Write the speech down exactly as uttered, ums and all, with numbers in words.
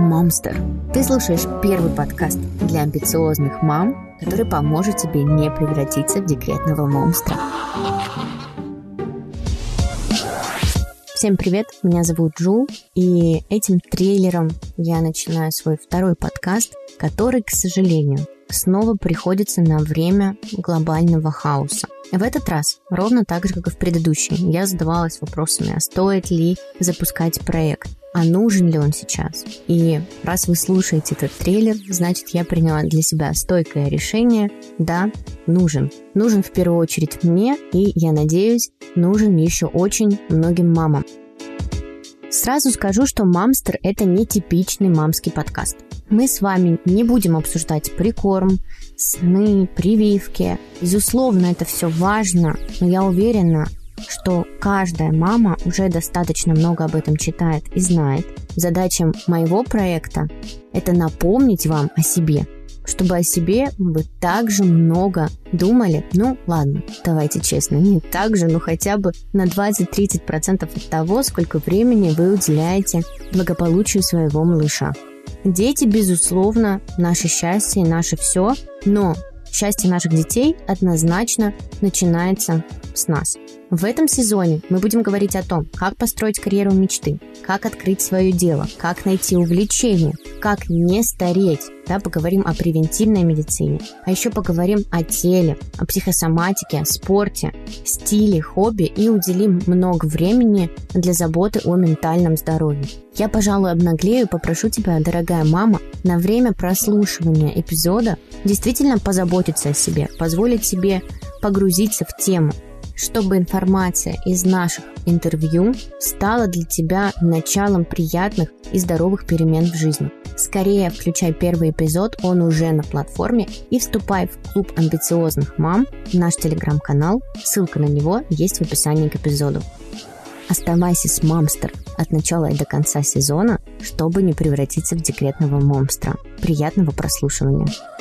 Мамстер. Ты слушаешь первый подкаст для амбициозных мам, который поможет тебе не превратиться в декретного монстра. Всем привет, меня зовут Джул, и этим трейлером я начинаю свой второй подкаст, который, к сожалению, снова приходится на время глобального хаоса. В этот раз, ровно так же, как и в предыдущий, я задавалась вопросами, а стоит ли запускать проект, а нужен ли он сейчас. И раз вы слушаете этот трейлер, значит, я приняла для себя стойкое решение. Да, нужен. Нужен в первую очередь мне, и, я надеюсь, нужен еще очень многим мамам. Сразу скажу, что Мамстер – это не типичный мамский подкаст. Мы с вами не будем обсуждать прикорм, сны, прививки. Безусловно, это все важно, но я уверена, что каждая мама уже достаточно много об этом читает и знает. Задача моего проекта – это напомнить вам о себе, чтобы о себе вы также много думали. Ну, ладно, давайте честно, не так же, но хотя бы на двадцать-тридцать процентов от того, сколько времени вы уделяете благополучию своего малыша. Дети, безусловно, наше счастье и наше все, но счастье наших детей однозначно начинается с нас. В этом сезоне мы будем говорить о том, как построить карьеру мечты, как открыть свое дело, как найти увлечение, как не стареть. Да, поговорим о превентивной медицине, а еще поговорим о теле, о психосоматике, о спорте, стиле, хобби и уделим много времени для заботы о ментальном здоровье. Я, пожалуй, обнаглею и попрошу тебя, дорогая мама, на время прослушивания эпизода действительно позаботиться о себе, позволить себе погрузиться в тему, чтобы информация из наших интервью стала для тебя началом приятных и здоровых перемен в жизни. Скорее включай первый эпизод, он уже на платформе, и вступай в клуб амбициозных мам, наш телеграм-канал, ссылка на него есть в описании к эпизоду. Оставайся с Мамстер от начала и до конца сезона, чтобы не превратиться в декретного монстра. Приятного прослушивания!